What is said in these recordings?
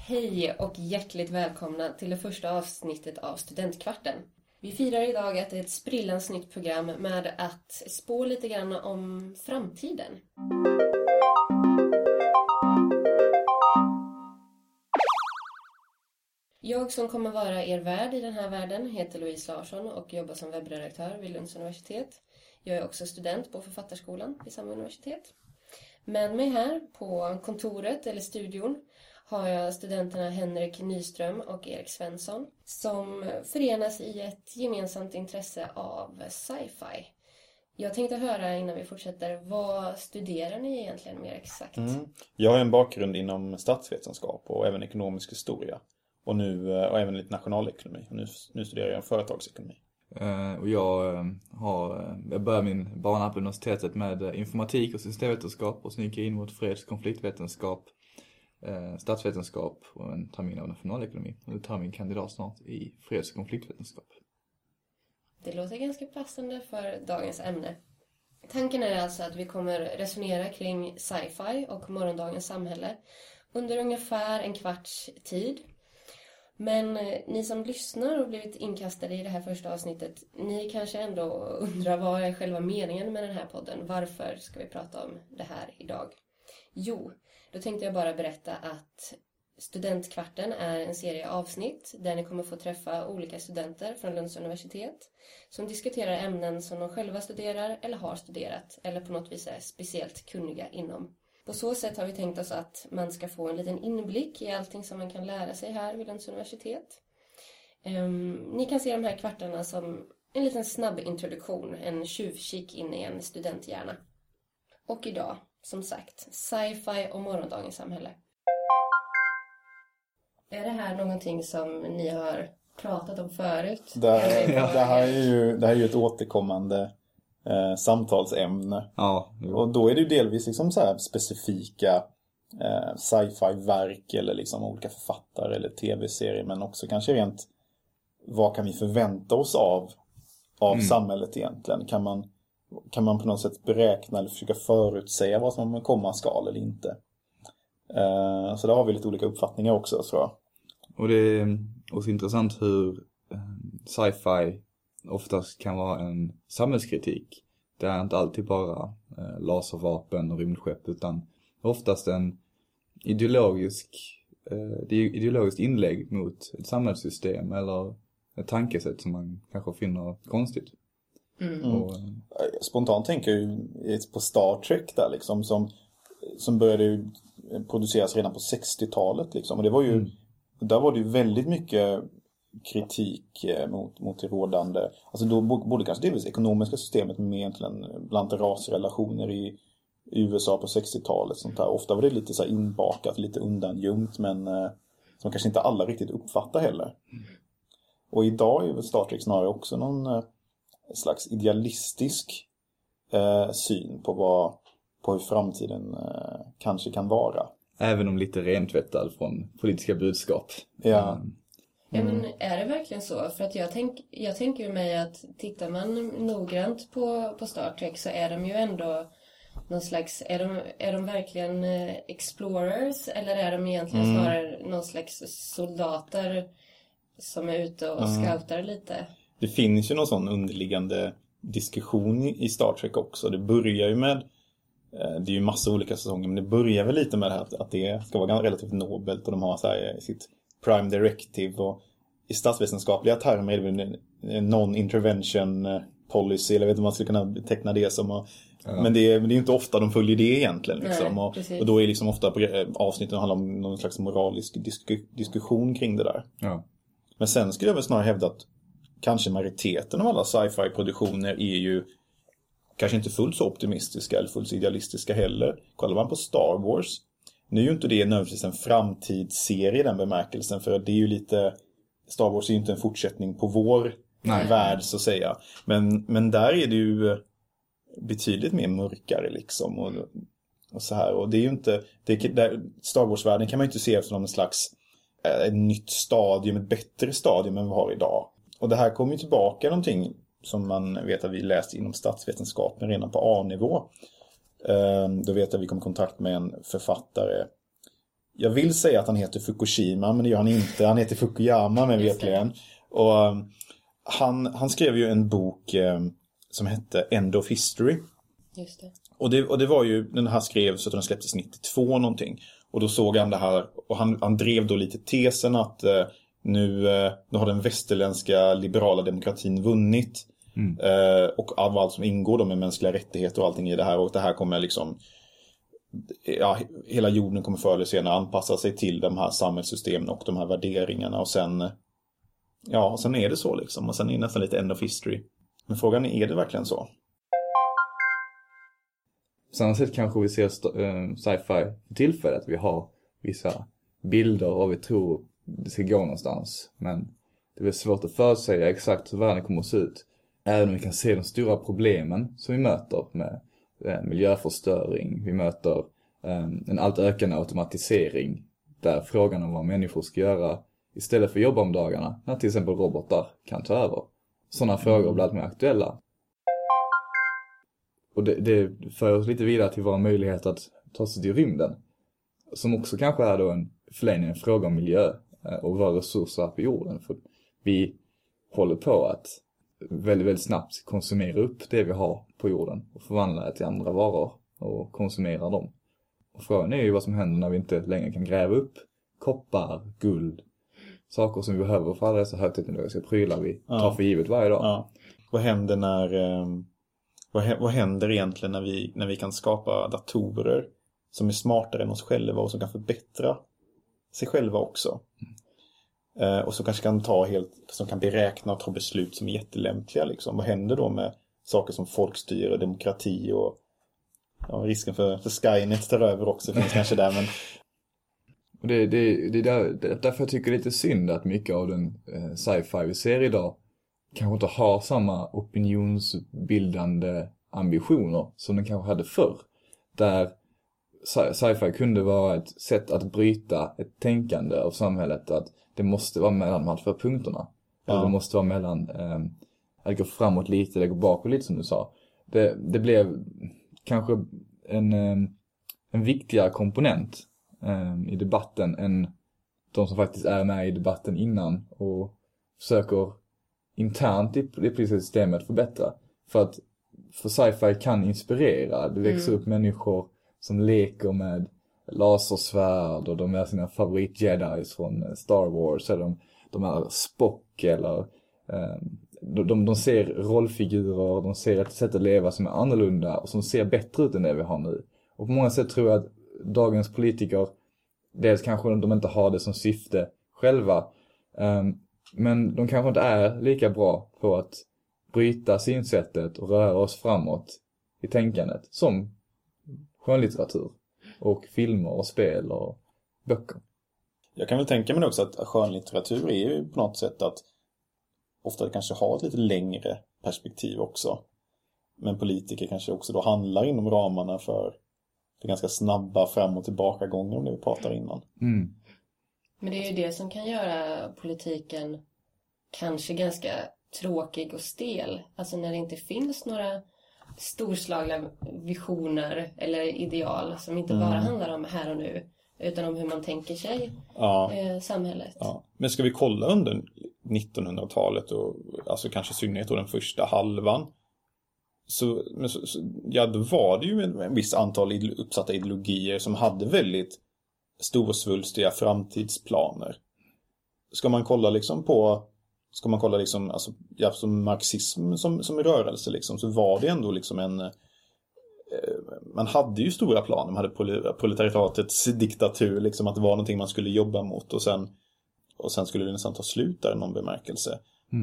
Hej och hjärtligt välkomna till det första avsnittet av Studentkvarten. Vi firar idag att det är ett sprillans nytt program med att spå lite grann om framtiden. Jag som kommer vara er värd i den här världen heter Louise Larsson och jobbar som webbredaktör vid Lunds universitet. Jag är också student på Författarskolan vid samma universitet. Med mig här på kontoret eller studion har jag studenterna Henrik Nyström och Erik Svensson som förenas i ett gemensamt intresse av sci-fi. Jag tänkte höra innan vi fortsätter, vad studerar ni egentligen mer exakt? Jag har en bakgrund inom statsvetenskap och även ekonomisk historia och även lite nationalekonomi. Och nu studerar jag företagsekonomi. Och jag börjar min bana på universitetet med informatik och systemvetenskap och sen gick jag in mot freds- och konfliktvetenskap, statsvetenskap och en termin av nationalekonomi. Och nu tar min kandidat snart i freds- och konfliktvetenskap. Det låter ganska passande för dagens ämne. Tanken är alltså att vi kommer resonera kring sci-fi och morgondagens samhälle under ungefär en kvarts tid. Men ni som lyssnar och blivit inkastade i det här första avsnittet, ni kanske ändå undrar vad är själva meningen med den här podden? Varför ska vi prata om det här idag? Jo, då tänkte jag bara berätta att Studentkvarten är en serie avsnitt där ni kommer få träffa olika studenter från Lunds universitet som diskuterar ämnen som de själva studerar eller har studerat eller på något vis är speciellt kunniga inom. På så sätt har vi tänkt oss att man ska få en liten inblick i allting som man kan lära sig här vid Lunds universitet. Ni kan se de här kvartarna som en liten snabb introduktion, en tjuvkik in i en studenthjärna. Och idag, som sagt, sci-fi och morgondagens samhälle. Är det här någonting som ni har pratat om förut? Det här är ju ett återkommande samtalsämne. Ja, och då är det ju delvis liksom så här specifika sci-fi-verk eller liksom olika författare eller tv-serier, men också kanske rent vad kan vi förvänta oss av samhället egentligen? Kan man på något sätt beräkna eller försöka förutsäga vad som komma skall eller inte? Så där har vi lite olika uppfattningar också, tror jag. och det är också intressant hur sci-fi oftast kan vara en samhällskritik. Det är inte alltid bara laservapen och rymdskepp, utan oftast en ideologiskt inlägg mot ett samhällssystem eller ett tankesätt som man kanske finner konstigt. Spontant tänker jag ju på Star Trek där liksom, som började ju produceras redan på 60-talet liksom. Och det var ju där var det ju väldigt mycket kritik mot det rådande, alltså då både kanske delvis ekonomiska systemet med egentligen bland rasrelationer i USA på 60-talet sånt där. Ofta var det lite så här inbakat, lite undangömt, men som kanske inte alla riktigt uppfattar heller. Och idag är ju Star Trek snarare också någon slags idealistisk syn på hur framtiden kanske kan vara. Även om lite rentvättad från politiska budskap. Ja. Ja, men är det verkligen så? För att jag tänker mig att tittar man noggrant på Star Trek så är de ju ändå någon slags, är de verkligen explorers eller är de egentligen snarare någon slags soldater som är ute och scoutar lite? Det finns ju någon sån underliggande diskussion i Star Trek också. Det börjar ju med, det är ju massa olika säsonger, men det börjar väl lite med det här att det ska vara relativt nobelt och de har så här sitt Prime Directive, och i statsvetenskapliga termer är det väl en non-intervention policy, eller vet inte om man skulle kunna beteckna det som. Men det är ju inte ofta de följer det egentligen liksom. Nej, och då är liksom ofta avsnitten handlar om någon slags moralisk diskussion kring det där. Ja. Men sen skulle jag väl snarare hävda att kanske majoriteten av alla sci-fi-produktioner är ju kanske inte fullt så optimistiska eller fullt så idealistiska heller. Kollar man på Star Wars, nu är ju inte det nödvändigtvis en framtidsserie i den bemärkelsen, för det är ju lite, Star Wars är ju inte en fortsättning på vår värld så att säga. Men där är det ju betydligt mer mörkare liksom och så här. Och det är ju inte, Star Wars-världen kan man ju inte se som en slags ett nytt stadium, ett bättre stadium än vi har idag. Och det här kommer ju tillbaka någonting som man vet att vi läst inom statsvetenskapen redan på A-nivå. Då vet jag att vi kom i kontakt med en författare jag vill säga att han heter Fukushima, men det gör han inte. Han heter Fukuyama med vetligen. Och han skrev ju en bok som hette End of History. Just det. Och det var ju, den här skrevs att den släpptes 92 någonting. Och då såg han det här, och han drev då lite tesen att nu har den västerländska liberala demokratin vunnit. Och av allt som ingår då med mänskliga rättigheter och allting i det här. Och det här kommer liksom, ja, hela jorden kommer förr eller senare anpassa sig till de här samhällssystemen och de här värderingarna. Och sen är det så liksom. Och sen är det nästan lite end of history. Men frågan är det verkligen så? På samma sätt kanske vi ser sci-fi för tillfället. Vi har vissa bilder och vi tror det ska gå någonstans. Men det är väl svårt att förutsäga exakt hur världen kommer att se ut. Även om vi kan se de stora problemen som vi möter med miljöförstöring. Vi möter en allt ökande automatisering. Där frågan om vad människor ska göra istället för jobba om dagarna. När till exempel robotar kan ta över. Sådana frågor blir allt mer aktuella. Och det för oss lite vidare till våra möjligheter att ta sig till rymden. Som också kanske är då en fråga om miljö och våra resurser på jorden. För vi håller på att väldigt, väldigt snabbt konsumera upp det vi har på jorden. Och förvandla det till andra varor och konsumera dem. Och frågan är ju vad som händer när vi inte längre kan gräva upp koppar, guld. Saker som vi behöver för alla dessa högteknologiska prylar vi tar för givet varje dag. Ja. Vad händer vad händer egentligen när vi kan skapa datorer som är smartare än oss själva och som kan förbättra sig själva också? Och som kanske som kan beräkna och ta beslut som är jättelämpliga liksom. Vad händer då med saker som folkstyre, demokrati och risken för Skynet tar över också finns kanske där, men och det därför jag tycker det är lite synd att mycket av den sci-fi vi ser idag kanske inte har samma opinionsbildande ambitioner som den kanske hade förr. Där sci-fi kunde vara ett sätt att bryta ett tänkande av samhället, att det måste vara mellan de här två punkterna. Eller det måste vara mellan att gå framåt lite eller gå bakåt lite som du sa. Det blev kanske en viktigare komponent i debatten än de som faktiskt är med i debatten innan och försöker internt i det politiska systemet förbättra. För sci-fi kan inspirera. Det växer upp människor som leker med lasersvärd och de är sina favorit-jedis från Star Wars. Eller de är Spock eller de ser rollfigurer, de ser ett sätt att leva som är annorlunda och som ser bättre ut än det vi har nu. Och på många sätt tror jag att dagens politiker, dels kanske de inte har det som syfte själva, men de kanske inte är lika bra på att bryta synsättet och röra oss framåt i tänkandet som skönlitteratur och filmer och spel och böcker. Jag kan väl tänka mig också att skönlitteratur är ju på något sätt att ofta kanske har ett lite längre perspektiv också. Men politiker kanske också då handlar inom ramarna för ganska snabba fram- och tillbaka-gånger om det vi pratar innan. Men det är ju det som kan göra politiken kanske ganska tråkig och stel. Alltså när det inte finns några storslagna visioner eller ideal som inte bara handlar om här och nu, utan om hur man tänker sig samhället. Ja. Men ska vi kolla under 1900-talet och alltså kanske i synnerhet då den första halvan, så då var det ju en viss antal uppsatta ideologier som hade väldigt storsvulstiga framtidsplaner. Ska man kolla alltså, som marxism som rörelse liksom, så var det ändå liksom man hade ju stora planer. Man hade proletariatets diktatur liksom, att det var någonting man skulle jobba mot och sen skulle det nästan ta slut där i någon bemärkelse.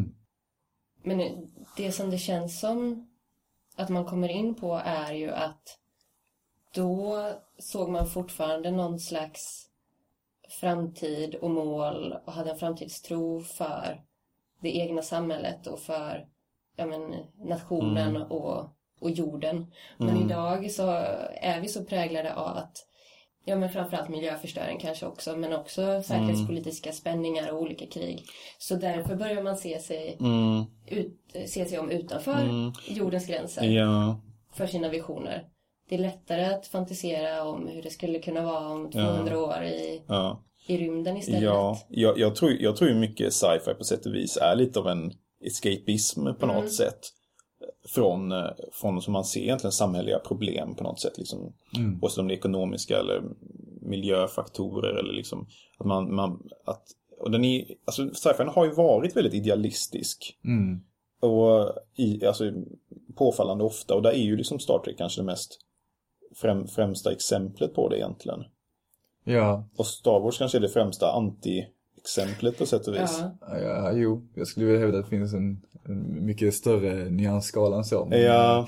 Men det som det känns som att man kommer in på är ju att då såg man fortfarande någon slags framtid och mål och hade en framtidstro för det egna samhället och för nationen och jorden. Men idag så är vi så präglade av att framförallt miljöförstöring kanske också, men också säkerhetspolitiska spänningar och olika krig. Så därför börjar man se sig om utanför jordens gränser för sina visioner. det är lättare att fantisera om hur det skulle kunna vara om 200 år i rymden istället. Ja, jag tror ju mycket sci-fi på sätt och vis är lite av en escapism på något sätt. Från som man ser egentligen samhälleliga problem på något sätt. Liksom, och som det ekonomiska eller miljöfaktorer. Eller liksom, och den är, alltså, sci-fi har ju varit väldigt idealistisk. Och alltså, påfallande ofta. Och där är ju liksom Star Trek kanske det mest främsta exemplet på det egentligen. Ja. Och Star Wars kanske är det främsta anti-exemplet på sätt och vis. Ja, jo. Jag skulle vilja hävda att det finns en mycket större nyansskala än så. Men, ja.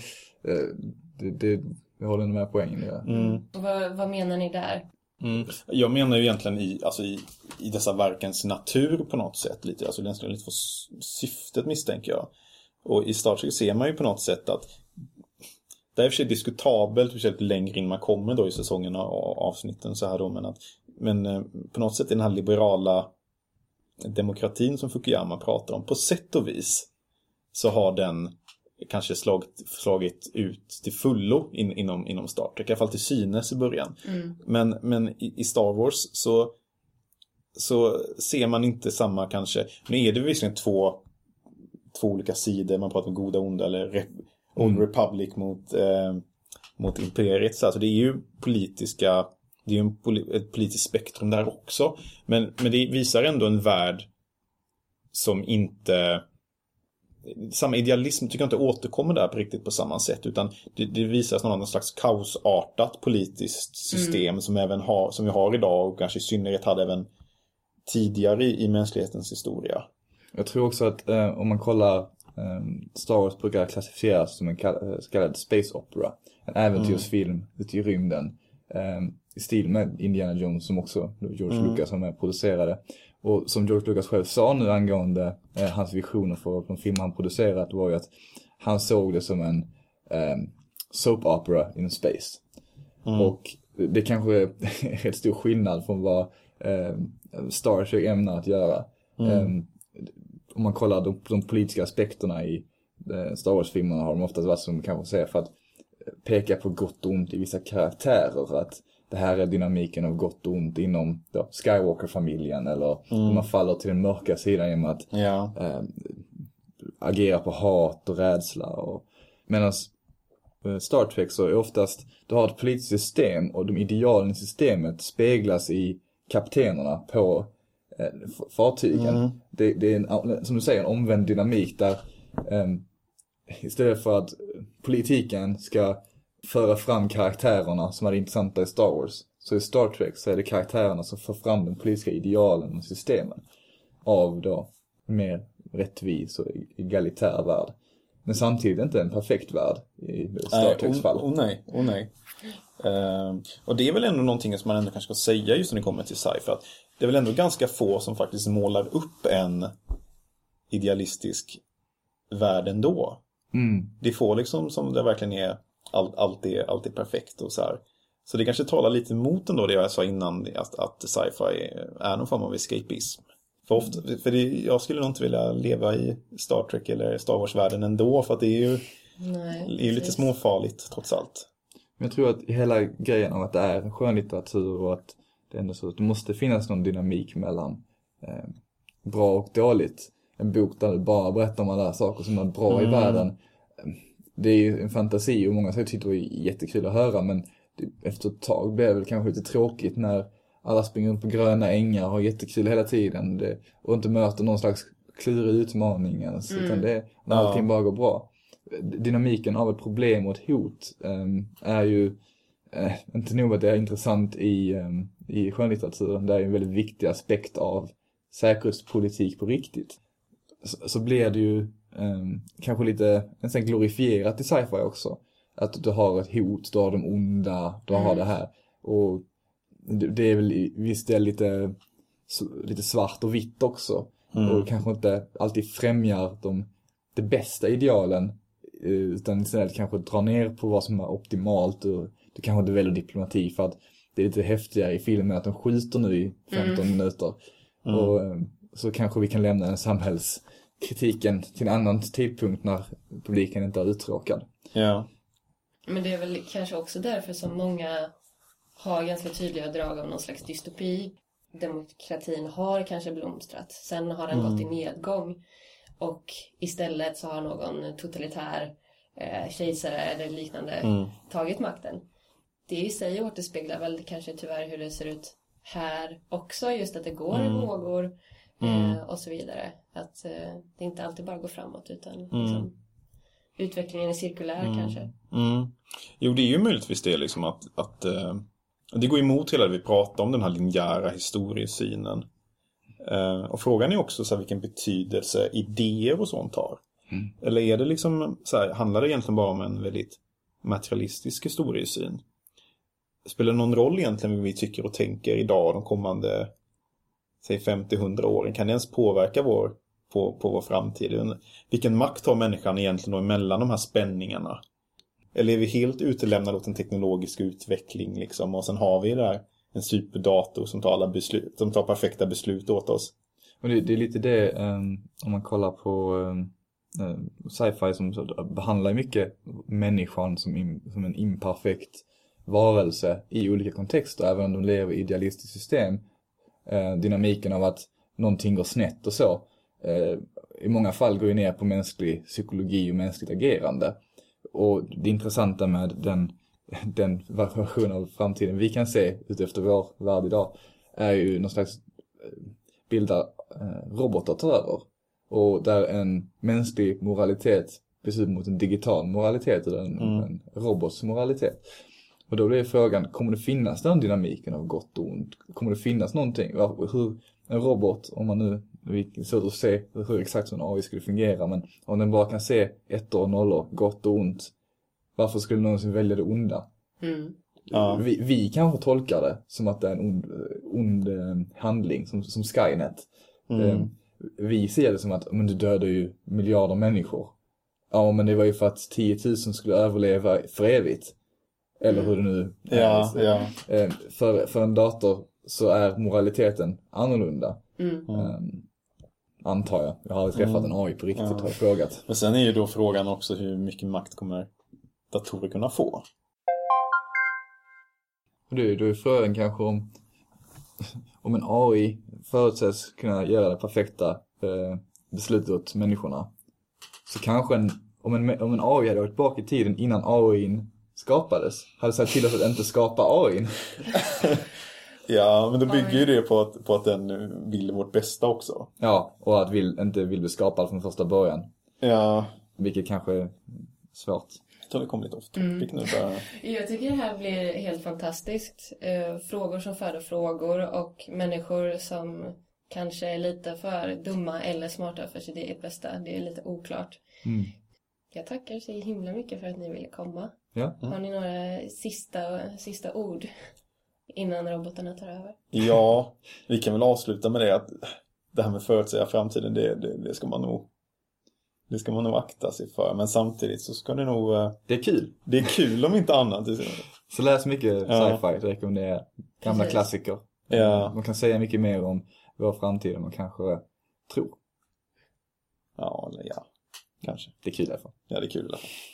Jag håller med poängen. Ja. Vad menar ni där? Jag menar ju egentligen i dessa verkens natur på något sätt. Lite, alltså nästan lite för syftet misstänker jag. Och i Star Trek ser man ju på något sätt att det är i och för sig diskutabelt, speciellt längre in man kommer då i säsongen och avsnitten så här då, men på något sätt är den här liberala demokratin som Fukuyama pratar om, på sätt och vis så har den kanske slagit ut till fullo inom Star Trek, i alla fall till synes i början. Men i Star Wars så ser man inte samma kanske, nu är det visserligen två olika sidor, man pratar om goda och onda eller Old Republic mot imperiet. Så alltså det är ju ett politiskt spektrum där också. Men det visar ändå en värld som inte... Samma idealism tycker jag inte återkommer där på riktigt på samma sätt. Utan det visar någon slags kaosartat politiskt system som vi har idag och kanske i synnerhet hade även tidigare i mänsklighetens historia. Jag tror också att om man kollar Star Wars brukar klassificeras som en så kallad space opera. En äventyrsfilm ute i rymden. I stil med Indiana Jones som också George Lucas som producerade. Och som George Lucas själv sa nu angående hans visioner för de filmer han producerat var ju att han såg det som en soap opera in space. Och det kanske är en helt stor skillnad från vad Star Trek ämnar att göra. Om man kollar de politiska aspekterna i Star Wars-filmerna har de oftast varit som kanske säger för att peka på gott och ont i vissa karaktärer. Att det här är dynamiken av gott och ont inom Skywalker-familjen. Eller om man faller till den mörka sidan genom att agera på hat och rädsla. Medan Star Trek så är oftast, du har ett politiskt system och de idealen i systemet speglas i kaptenerna på fartygen. Det är som du säger en omvänd dynamik där istället för att politiken ska föra fram karaktärerna som är intressanta i Star Wars, så i Star Trek så är det karaktärerna som för fram den politiska idealen och systemen av då mer rättvis och egalitär värld. Men samtidigt inte en perfekt värld i Star Treks fall. Nej. Och det är väl ändå någonting som man ändå kanske ska säga just när det kommer till sci-fi, att det är väl ändå ganska få som faktiskt målar upp en idealistisk värld ändå. Det får liksom som det verkligen är allt är perfekt och så här. Så det kanske talar lite emot ändå det jag sa innan, att sci-fi är någon form av escapism. Jag skulle nog inte vilja leva i Star Trek eller Star Wars-världen ändå, för att det är ju lite småfarligt trots allt. Men jag tror att hela grejen om att det är skönlitteratur och att det ändå så att det måste finnas någon dynamik mellan bra och dåligt. En bok där du bara berättar om alla saker som är bra i världen. Det är ju en fantasi och många säger tycker det är jättekul att höra, men efter ett tag blir det väl kanske lite tråkigt när alla springer runt på gröna ängar och har jättekul hela tiden och inte möter någon slags klurig utmaning ens, utan det när allting bara går bra. Dynamiken av ett problem och ett hot är ju inte nog att det är intressant i skönlitteraturen. Det är en väldigt viktig aspekt av säkerhetspolitik på riktigt. Så blir det ju kanske lite nästan glorifierat i sci-fi också. Att du har ett hot, du har de onda, du har det här. Och det är väl visst det är lite svart och vitt också. Och kanske inte alltid främjar det bästa idealen, utan istället kanske dra ner på vad som är optimalt. Och du kanske inte väljer diplomati för att det är lite häftigare i filmen att de skjuter nu i 15 minuter. Och så kanske vi kan lämna den samhällskritiken till en annan tidpunkt när publiken inte är uttråkad. Ja. Men det är väl kanske också därför som många har ganska tydliga drag av någon slags dystopi. Demokratin har kanske blomstrat. Sen har den gått i nedgång. Och istället så har någon totalitär kejsare eller liknande tagit makten. Det i sig återspeglar väl kanske tyvärr hur det ser ut här också. Just att det går i vågor och så vidare. Att det inte alltid bara går framåt utan liksom, utvecklingen är cirkulär kanske. Jo, det är ju möjligtvis det liksom att det går emot hela det vi pratar om, den här linjära historiesynen. Och frågan är också så här, vilken betydelse idéer och sånt har. Eller är det liksom så här, handlar det egentligen bara om en väldigt materialistisk historiesyn? Spelar det någon roll egentligen vad vi tycker och tänker idag de kommande säg 50-100 åren? Kan det ens påverka på vår framtid? Vilken makt har människan egentligen då emellan de här spänningarna? Eller är vi helt utelämnade åt en teknologisk utveckling liksom, och sen har vi där en superdator som tar alla beslut, som tar perfekta beslut åt oss? Och det är lite det, om man kollar på sci-fi som behandlar mycket människan som en imperfekt varelse i olika kontexter, även om de lever i idealistiskt system. Dynamiken av att någonting går snett och så i många fall går ju ner på mänsklig psykologi och mänskligt agerande. Och det intressanta med den version av framtiden vi kan se utefter vår värld idag är ju någon slags bilda robotar tar över. Och där en mänsklig moralitet byts ut mot en digital moralitet eller en robots moralitet. Och då blir frågan, kommer det finnas den dynamiken av gott och ont? Kommer det finnas någonting? Hur en robot, om man nu, vi är svårt att se hur exakt en AI skulle fungera, men om den bara kan se 1 och 0, gott och ont, varför skulle någonsin välja det onda? Vi kanske tolkar det som att det är en ond handling, som Skynet. Vi ser det som att men du dödar ju miljarder människor. Ja, men det var ju för att 10 000 skulle överleva för evigt. Eller hur det nu är. För en dator så är moraliteten annorlunda. Antar jag. Jag har aldrig träffat en AI på riktigt och har frågat. Men sen är ju då frågan också hur mycket makt kommer datorer kunna få? Och det är frågan kanske om en AI förutsätts kunna göra det perfekta beslutet åt människorna. Så kanske om en AI hade varit bak i tiden innan AI:n skapades, hade sagt till oss att inte skapa AI:n. Ja, men då bygger ju det på att den vill vårt bästa också. Ja, och att inte vill bli skapad från första början. Ja. Vilket kanske är svårt. Jag tror det kommer lite ofta. Jag tycker det här blir helt fantastiskt. Frågor som föder frågor och människor som kanske är lite för dumma eller smarta för sitt eget bästa. Det är lite oklart. Jag tackar så himla mycket för att ni ville komma. Ja. Har ni några sista ord innan robotarna tar över? Ja, vi kan väl avsluta med det att det här med förutsäga framtiden, det ska man nog akta sig för. Men samtidigt så ska det nog... Det är kul. Det är kul om inte annat. Så läs mycket sci-fi, det rekommenderar. Gamla klassiker. Ja. Man kan säga mycket mer om vår framtid än man kanske tror. Ja, kanske. Det är kul i alla fall. Ja, det är kul i alla fall.